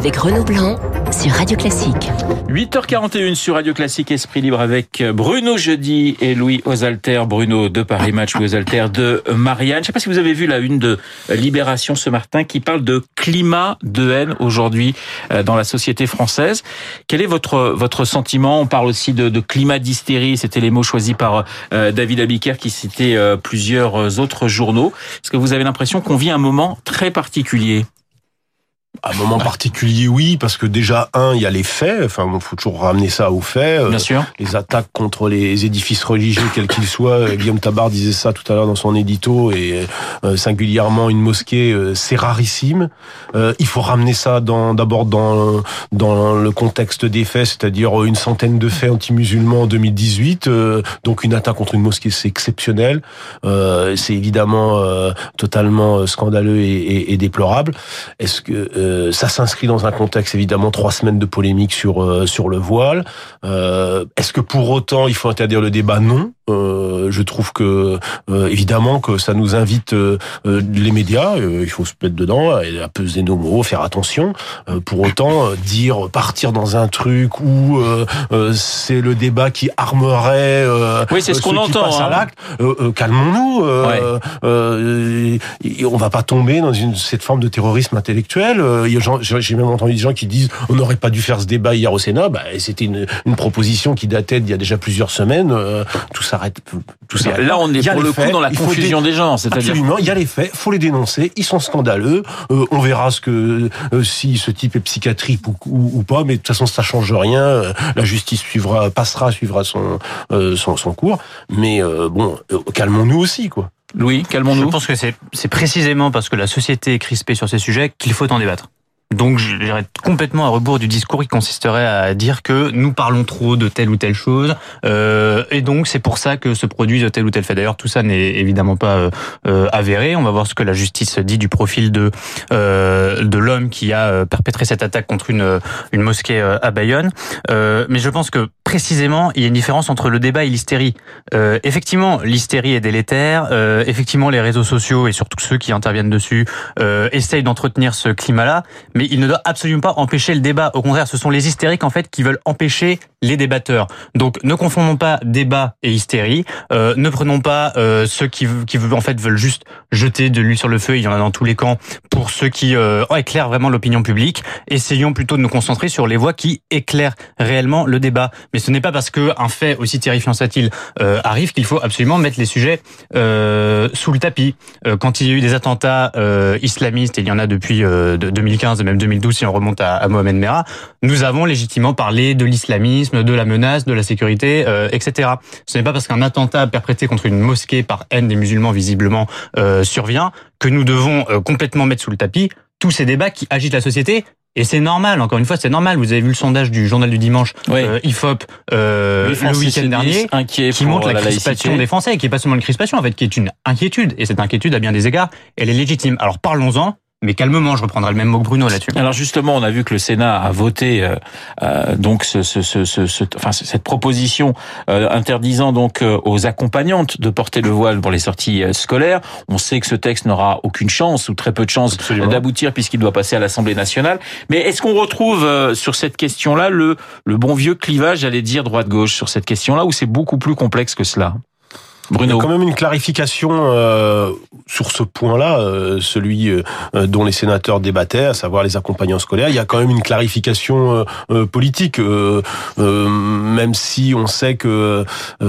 avec Renaud Blanc sur Radio Classique. 8h41 sur Radio Classique, Esprit Libre avec Bruno Jeudi et Louis Osalter. Bruno de Paris Match, Louis Osalter de Marianne. Je ne sais pas si vous avez vu la une de Libération ce matin qui parle de climat de haine aujourd'hui dans la société française. Quel est votre sentiment? On parle aussi de climat d'hystérie. C'était les mots choisis par David Abiker qui citait plusieurs autres journaux. Est-ce que vous avez l'impression qu'on vit un moment très particulier? Un moment particulier, oui, parce que déjà, il y a les faits. Enfin, il faut toujours ramener ça aux faits. Bien sûr. Les attaques contre les édifices religieux, quels qu'ils soient. Guillaume Tabar disait ça tout à l'heure dans son édito, et singulièrement une mosquée, c'est rarissime. Il faut ramener ça d'abord dans le contexte des faits, c'est-à-dire une centaine de faits anti-musulmans en 2018. Donc une attaque contre une mosquée, c'est exceptionnel. C'est évidemment totalement scandaleux et déplorable. Est-ce que ça s'inscrit dans un contexte, évidemment, 3 semaines de polémique sur le voile. Est-ce que pour autant il faut interdire le débat? Non. Je trouve que évidemment que ça nous invite les médias, il faut se mettre dedans et à peser nos mots, faire attention. Pour autant partir dans un truc où c'est le débat qui armerait oui, c'est ce qu'on entend, passe à l'acte. Calmons-nous. On va pas tomber dans cette forme de terrorisme intellectuel. J'ai même entendu des gens qui disent on n'aurait pas dû faire ce débat hier au Sénat. C'était une proposition qui datait d'il y a déjà plusieurs semaines. Tout s'arrête. Là, on est pour le coup dans la confusion des genres. C'est-à-dire... Absolument, il y a les faits, faut les dénoncer, ils sont scandaleux. On verra si ce type est psychiatrique ou pas, mais de toute façon, ça change rien. La justice suivra son cours. Mais calmons-nous aussi, quoi. Louis, calmons-nous. Je pense que c'est précisément parce que la société est crispée sur ces sujets qu'il faut en débattre. Donc j'irais complètement à rebours du discours qui consisterait à dire que nous parlons trop de telle ou telle chose et donc c'est pour ça que se produit de tel ou tel fait. D'ailleurs tout ça n'est évidemment pas avéré. On va voir ce que la justice dit du profil de l'homme qui a perpétré cette attaque contre une mosquée à Bayonne. Mais je pense que précisément il y a une différence entre le débat et l'hystérie. Effectivement l'hystérie est délétère. Effectivement les réseaux sociaux et surtout ceux qui interviennent dessus essayent d'entretenir ce climat-là. Mais il ne doit absolument pas empêcher le débat. Au contraire, ce sont les hystériques en fait qui veulent empêcher les débatteurs. Donc, ne confondons pas débat et hystérie. Ne prenons pas ceux qui en fait veulent juste jeter de l'huile sur le feu. Il y en a dans tous les camps. Pour ceux qui éclairent vraiment l'opinion publique, essayons plutôt de nous concentrer sur les voix qui éclairent réellement le débat. Mais ce n'est pas parce que un fait aussi terrifiant soit-il arrive qu'il faut absolument mettre les sujets sous le tapis. Quand il y a eu des attentats islamistes, et il y en a depuis 2015 et même 2012 si on remonte à Mohamed Merah, nous avons légitimement parlé de l'islamisme, de la menace, de la sécurité, etc. Ce n'est pas parce qu'un attentat perpétré contre une mosquée par haine des musulmans visiblement survient que nous devons complètement mettre sous le tapis tous ces débats qui agitent la société. Et c'est normal, encore une fois, c'est normal. Vous avez vu le sondage du Journal du Dimanche, IFOP, le week-end dernier, qui montre la crispation des Français, qui est pas seulement une crispation, en fait, qui est une inquiétude. Et cette inquiétude, à bien des égards, elle est légitime. Alors parlons-en. Mais calmement, je reprendrai le même mot que Bruno là-dessus. Alors justement, on a vu que le Sénat a voté donc cette proposition interdisant donc aux accompagnantes de porter le voile pour les sorties scolaires. On sait que ce texte n'aura aucune chance ou très peu de chance d'aboutir puisqu'il doit passer à l'Assemblée nationale. Mais est-ce qu'on retrouve sur cette question-là le bon vieux clivage, j'allais dire droite-gauche sur cette question-là, ou c'est beaucoup plus complexe que cela? Bruno. Il y a quand même une clarification sur ce point-là, celui dont les sénateurs débattaient, à savoir les accompagnants scolaires. Il y a quand même une clarification politique, même si on sait que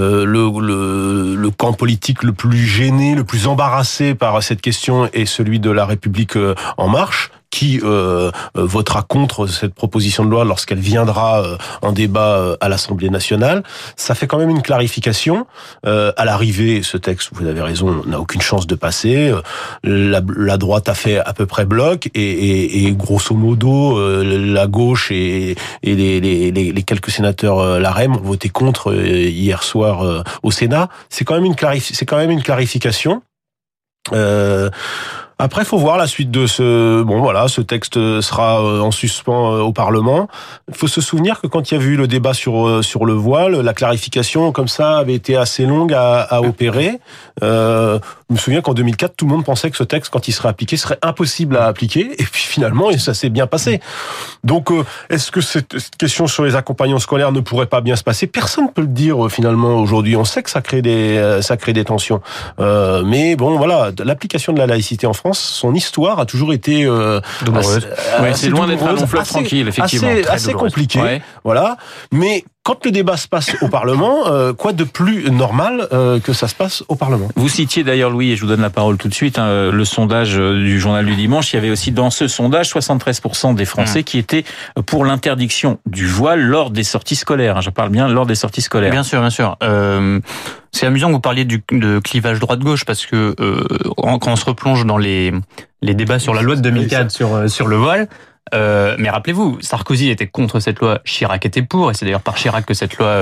le camp politique le plus gêné, le plus embarrassé par cette question est celui de La République En Marche, qui votera contre cette proposition de loi lorsqu'elle viendra en débat à l'Assemblée nationale. Ça fait quand même une clarification. À l'arrivée, ce texte, vous avez raison, n'a aucune chance de passer. La droite a fait à peu près bloc et grosso modo, la gauche et les quelques sénateurs LaREM ont voté contre hier soir au Sénat. C'est quand même une clarification. Après, faut voir la suite de ce texte sera en suspens au Parlement. Il faut se souvenir que quand il y a eu le débat sur le voile, la clarification comme ça avait été assez longue à opérer. Je me souviens qu'en 2004, tout le monde pensait que ce texte, quand il serait appliqué, serait impossible à appliquer. Et puis finalement, ça s'est bien passé. Donc, est-ce que cette question sur les accompagnants scolaires ne pourrait pas bien se passer? Personne ne peut le dire finalement aujourd'hui. On sait que ça crée des tensions. Mais bon, voilà, l'application de la laïcité en France, son histoire a toujours été douloureuse. C'est loin d'être un long fleuve tranquille, effectivement. Assez compliqué. Ouais. Voilà. Mais quand le débat se passe au Parlement, quoi de plus normal que ça se passe au Parlement? Vous citiez d'ailleurs, Louis, et je vous donne la parole tout de suite, le sondage du journal du dimanche. Il y avait aussi dans ce sondage 73% des Français qui étaient pour l'interdiction du voile lors des sorties scolaires. Je parle bien lors des sorties scolaires. Bien sûr, bien sûr. C'est amusant que vous parliez de clivage droite-gauche parce que quand on se replonge dans les débats sur la loi de 2004 sur le voile, mais rappelez-vous, Sarkozy était contre cette loi, Chirac était pour, et c'est d'ailleurs par Chirac que cette loi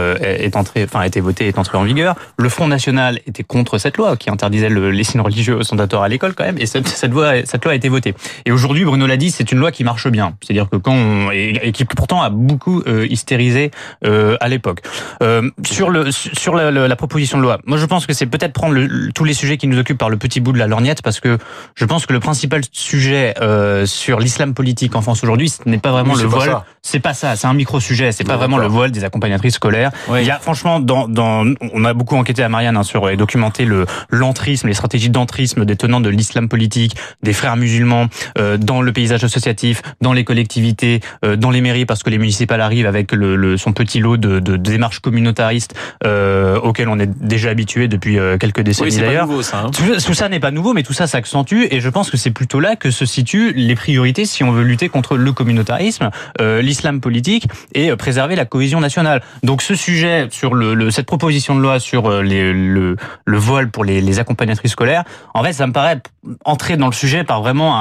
a été votée et est entrée en vigueur. Le Front National était contre cette loi qui interdisait les signes religieux ostentatoires à l'école quand même, et cette loi a été votée. Et aujourd'hui, Bruno l'a dit, c'est une loi qui marche bien. C'est-à-dire que et qui pourtant a beaucoup hystérisé à l'époque. Sur la proposition de loi, moi je pense que c'est peut-être prendre tous les sujets qui nous occupent par le petit bout de la lorgnette, parce que je pense que le principal sujet sur l'islam politique en France aujourd'hui, ce n'est pas vraiment le voile. C'est pas ça. C'est un micro-sujet. C'est pas vraiment le voile des accompagnatrices scolaires. Oui. Il y a franchement, on a beaucoup enquêté à Marianne sur et documenté l'entrisme, les stratégies d'entrisme des tenants de l'islam politique, des frères musulmans dans le paysage associatif, dans les collectivités, dans les mairies, parce que les municipales arrivent avec son petit lot de démarches communautaristes auxquelles on est déjà habitué depuis quelques décennies. Oui, d'ailleurs. Pas nouveau, ça, hein. Tout ça n'est pas nouveau, mais tout ça s'accentue, et je pense que c'est plutôt là que se situent les priorités si on veut lutter contre le communautarisme, l'islam politique et préserver la cohésion nationale. Donc ce sujet sur cette proposition de loi sur le voile pour les accompagnatrices scolaires, en fait, ça me paraît entrer dans le sujet par vraiment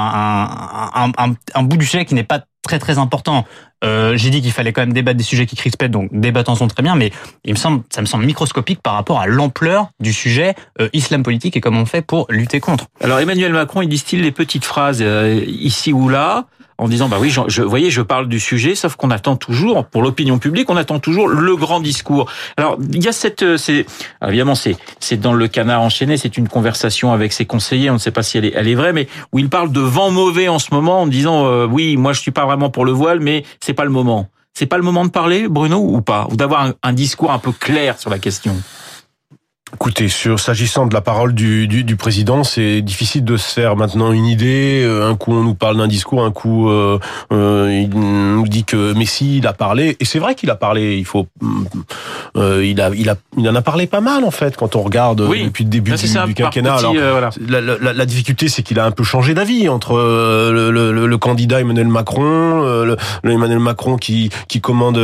un bout du sujet qui n'est pas très très important. J'ai dit qu'il fallait quand même débattre des sujets qui crispaient, donc débattons-en très bien, mais ça me semble microscopique par rapport à l'ampleur du sujet islam politique et comment on fait pour lutter contre. Alors Emmanuel Macron, il distille les petites phrases ici ou là, en disant bah oui, je parle du sujet, sauf qu'on attend toujours, pour l'opinion publique, on attend toujours le grand discours. Alors il y a évidemment c'est dans le Canard enchaîné, c'est une conversation avec ses conseillers, on ne sait pas si elle est vraie, mais où il parle de vent mauvais en ce moment, en disant oui, moi je suis pas vraiment pour le voile, mais c'est pas le moment. C'est pas le moment de parler, Bruno, ou pas, ou d'avoir un discours un peu clair sur la question. Écoutez, s'agissant de la parole du président, c'est difficile de se faire maintenant une idée. Un coup, on nous parle d'un discours, un coup, il nous dit que Messi, il a parlé. Et c'est vrai qu'il a parlé. Il en a parlé pas mal, en fait, quand on regarde depuis le début du quinquennat. Alors, la difficulté, c'est qu'il a un peu changé d'avis entre le candidat Emmanuel Macron, le Emmanuel Macron qui commande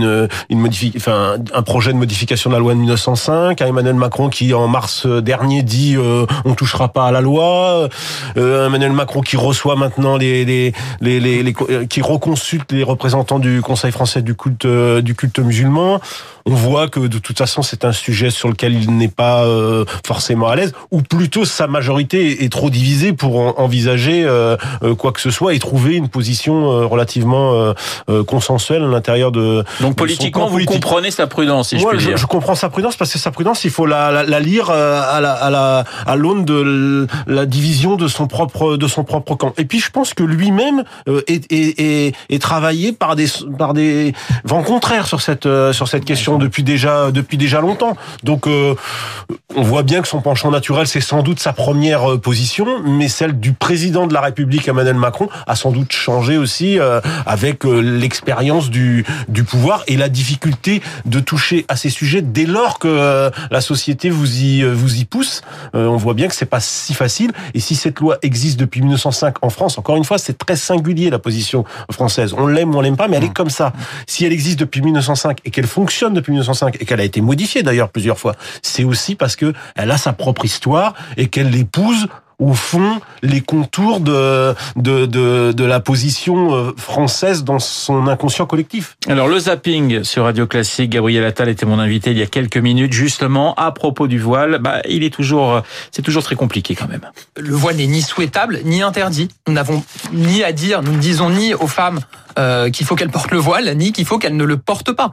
un projet de modification de la loi de 1905, à Emmanuel Macron qui en mars dernier dit on touchera pas à la loi, Emmanuel Macron qui reçoit maintenant qui reconsulte les représentants du Conseil français du culte musulman. On voit que de toute façon c'est un sujet sur lequel il n'est pas forcément à l'aise, ou plutôt sa majorité est trop divisée pour envisager quoi que ce soit et trouver une position relativement consensuelle à l'intérieur de. Donc politiquement, vous comprenez sa prudence, si je puis dire. Je comprends sa prudence parce que sa prudence, il faut la lire à l'aune de la division de son propre camp. Et puis je pense que lui-même est travaillé par des vents contraires sur cette question depuis déjà longtemps. Donc on voit bien que son penchant naturel, c'est sans doute sa première position, mais celle du président de la République Emmanuel Macron a sans doute changé aussi avec l'expérience du pouvoir et la difficulté de toucher à ces sujets dès lors que la société vous y pousse. On voit bien que c'est pas si facile. Et si cette loi existe depuis 1905 en France, encore une fois, c'est très singulier la position française. On l'aime ou on l'aime pas, mais elle est comme ça. Si elle existe depuis 1905 et qu'elle fonctionne depuis 1905 et qu'elle a été modifiée d'ailleurs plusieurs fois, c'est aussi parce que elle a sa propre histoire et qu'elle l'épouse au fond, les contours de la position française dans son inconscient collectif. Alors, le zapping sur Radio Classique, Gabriel Attal était mon invité il y a quelques minutes, justement, à propos du voile. C'est toujours très compliqué quand même. Le voile n'est ni souhaitable, ni interdit. Nous n'avons ni à dire, nous ne disons ni aux femmes qu'il faut qu'elles portent le voile, ni qu'il faut qu'elles ne le portent pas.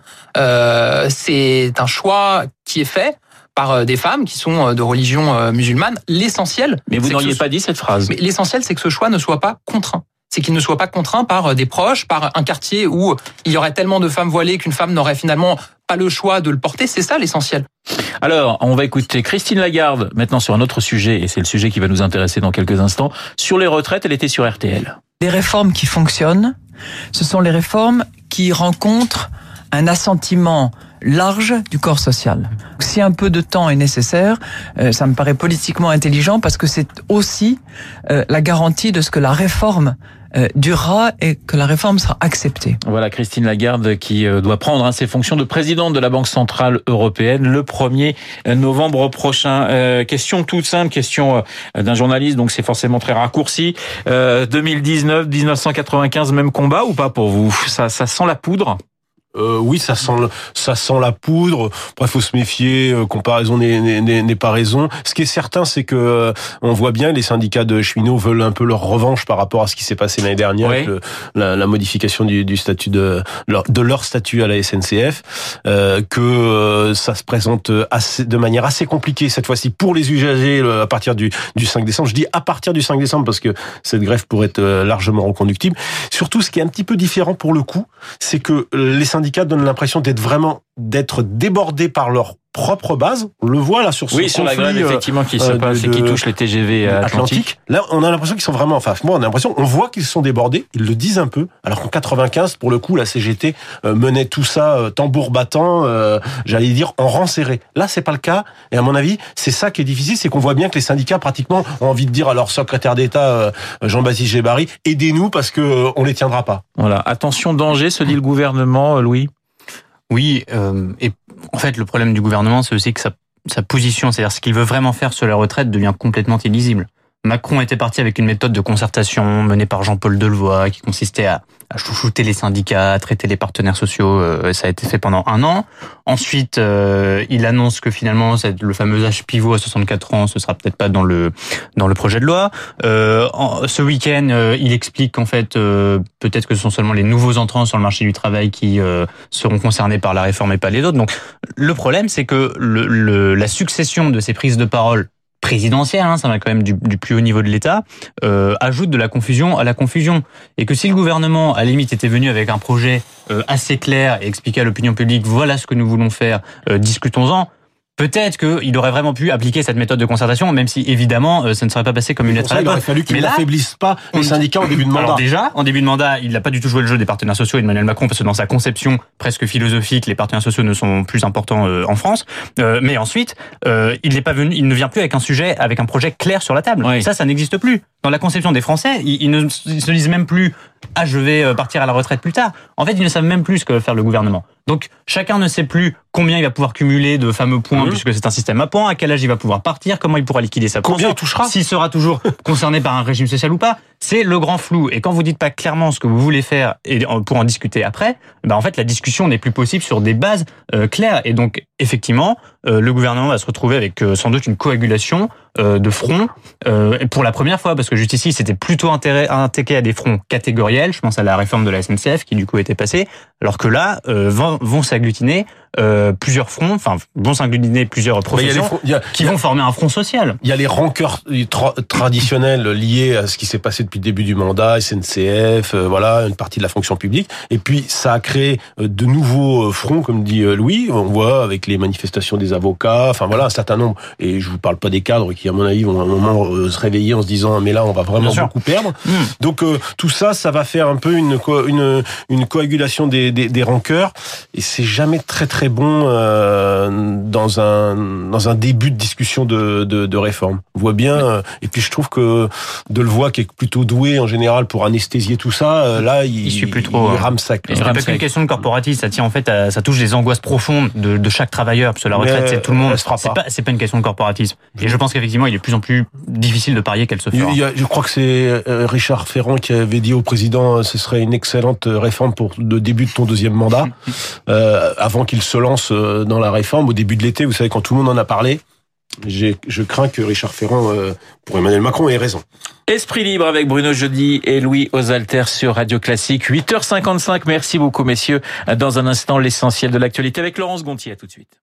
C'est un choix qui est fait par des femmes qui sont de religion musulmane. L'essentiel... Mais vous n'auriez pas dit cette phrase. Mais l'essentiel, c'est que ce choix ne soit pas contraint. C'est qu'il ne soit pas contraint par des proches, par un quartier où il y aurait tellement de femmes voilées qu'une femme n'aurait finalement pas le choix de le porter. C'est ça l'essentiel. Alors, on va écouter Christine Lagarde, maintenant sur un autre sujet, et c'est le sujet qui va nous intéresser dans quelques instants. Sur les retraites, elle était sur RTL. Les réformes qui fonctionnent, ce sont les réformes qui rencontrent un assentiment large du corps social. Si un peu de temps est nécessaire, ça me paraît politiquement intelligent parce que c'est aussi la garantie de ce que la réforme durera et que la réforme sera acceptée. Voilà Christine Lagarde qui doit prendre ses fonctions de présidente de la Banque Centrale Européenne le 1er novembre prochain. Question toute simple, question d'un journaliste, donc c'est forcément très raccourci. 2019, 1995, même combat ou pas pour vous ? Ça sent la poudre ? Oui, ça sent la poudre. Après, faut se méfier. Comparaison n'est pas raison. Ce qui est certain, c'est que on voit bien les syndicats de cheminots veulent un peu leur revanche par rapport à ce qui s'est passé l'année dernière, oui, avec la modification du statut de leur statut à la SNCF. Que ça se présente de manière assez compliquée cette fois-ci pour les usagers à partir du 5 décembre. Je dis à partir du 5 décembre parce que cette grève pourrait être largement reconductible. Surtout, ce qui est un petit peu différent pour le coup, c'est que les syndicats donnent l'impression d'être débordés par leur propre base. On le voit là sur ce conflit, sur la grève effectivement qui se passe et qui touche les TGV Atlantique. Là, on a l'impression qu'ils sont vraiment, on voit qu'ils sont débordés. Ils le disent un peu. Alors qu'en 95, pour le coup, la CGT menait tout ça tambour battant, j'allais dire en rang serré. Là, c'est pas le cas. Et à mon avis, c'est ça qui est difficile, c'est qu'on voit bien que les syndicats pratiquement ont envie de dire à leur secrétaire d'État Jean-Baptiste Djebbari, aidez-nous parce que on les tiendra pas. Voilà. Attention, danger, se dit le gouvernement, Louis. Oui, et en fait, le problème du gouvernement, c'est aussi que sa position, c'est-à-dire ce qu'il veut vraiment faire sur la retraite, devient complètement illisible. Macron était parti avec une méthode de concertation menée par Jean-Paul Delevoye qui consistait à chouchouter les syndicats, à traiter les partenaires sociaux. Ça a été fait pendant 1 an. Ensuite, il annonce que finalement, le fameux âge pivot à 64 ans, ce sera peut-être pas dans le projet de loi. Ce week-end, il explique qu'en fait, peut-être que ce sont seulement les nouveaux entrants sur le marché du travail qui seront concernés par la réforme et pas les autres. Donc, le problème, c'est que la succession de ces prises de parole présidentielle, ça va quand même du plus haut niveau de l'État, ajoute de la confusion à la confusion. Et que si le gouvernement, à la limite, était venu avec un projet assez clair et expliqué à l'opinion publique, voilà ce que nous voulons faire, discutons-en, peut-être qu'il aurait vraiment pu appliquer cette méthode de concertation, même si évidemment ça ne serait pas passé comme une lettre à la poste. Il aurait fallu qu'il n'affaiblisse pas les syndicats en début de mandat. Alors déjà, en début de mandat, il n'a pas du tout joué le jeu des partenaires sociaux, Emmanuel Macron, parce que dans sa conception presque philosophique, les partenaires sociaux ne sont plus importants en France. Mais ensuite, il ne vient plus avec un sujet, avec un projet clair sur la table. Oui. Ça n'existe plus. Dans la conception des Français, ils ne se disent même plus « Ah, je vais partir à la retraite plus tard ». En fait, ils ne savent même plus ce que va faire le gouvernement. Donc, chacun ne sait plus combien il va pouvoir cumuler de fameux points, puisque c'est un système à points, à quel âge il va pouvoir partir, comment il pourra liquider sa pension, combien il touchera, s'il sera toujours concerné par un régime social ou pas. C'est le grand flou. Et quand vous dites pas clairement ce que vous voulez faire et pour en discuter après, en fait, la discussion n'est plus possible sur des bases claires. Et donc, effectivement, le gouvernement va se retrouver avec sans doute une coagulation de fronts pour la première fois, parce que jusqu'ici, c'était plutôt attaqué à des fronts catégoriels. Je pense à la réforme de la SNCF qui, du coup, était passée. Alors que là, vont s'agglutiner plusieurs fronts, vont s'agglutiner plusieurs professions qui vont former un front social. Il y a les rancœurs traditionnels liés à ce qui s'est passé depuis le début du mandat, SNCF, une partie de la fonction publique. Et puis, ça a créé de nouveaux fronts, comme dit Louis. On voit avec les manifestations des avocats, un certain nombre. Et je vous parle pas des cadres qui, à mon avis, vont à un moment se réveiller en se disant, mais là, on va vraiment beaucoup perdre. Donc, tout ça, ça va faire un peu une coagulation des rancœurs. Et c'est jamais très, très très bon dans un début de discussion de réforme. On voit bien, et puis je trouve que Delevoye, qui est plutôt doué en général pour anesthésier tout ça, là il suit plus trop. Il rame sac. Et c'est pas qu'une question de corporatisme, ça tient en fait, ça touche les angoisses profondes de chaque travailleur, parce que la retraite c'est tout le monde. C'est pas une question de corporatisme. Et je pense qu'effectivement il est de plus en plus difficile de parier qu'elle se fera. Je crois que c'est Richard Ferrand qui avait dit au président ce serait une excellente réforme pour le début de ton deuxième mandat, avant qu'il se lance dans la réforme au début de l'été. Vous savez, quand tout le monde en a parlé, je crains que Richard Ferrand, pour Emmanuel Macron, ait raison. Esprit libre avec Bruno Jeudi et Louis Osalter sur Radio Classique. 8h55. Merci beaucoup, messieurs. Dans un instant, l'essentiel de l'actualité avec Laurence Gontier. À tout de suite.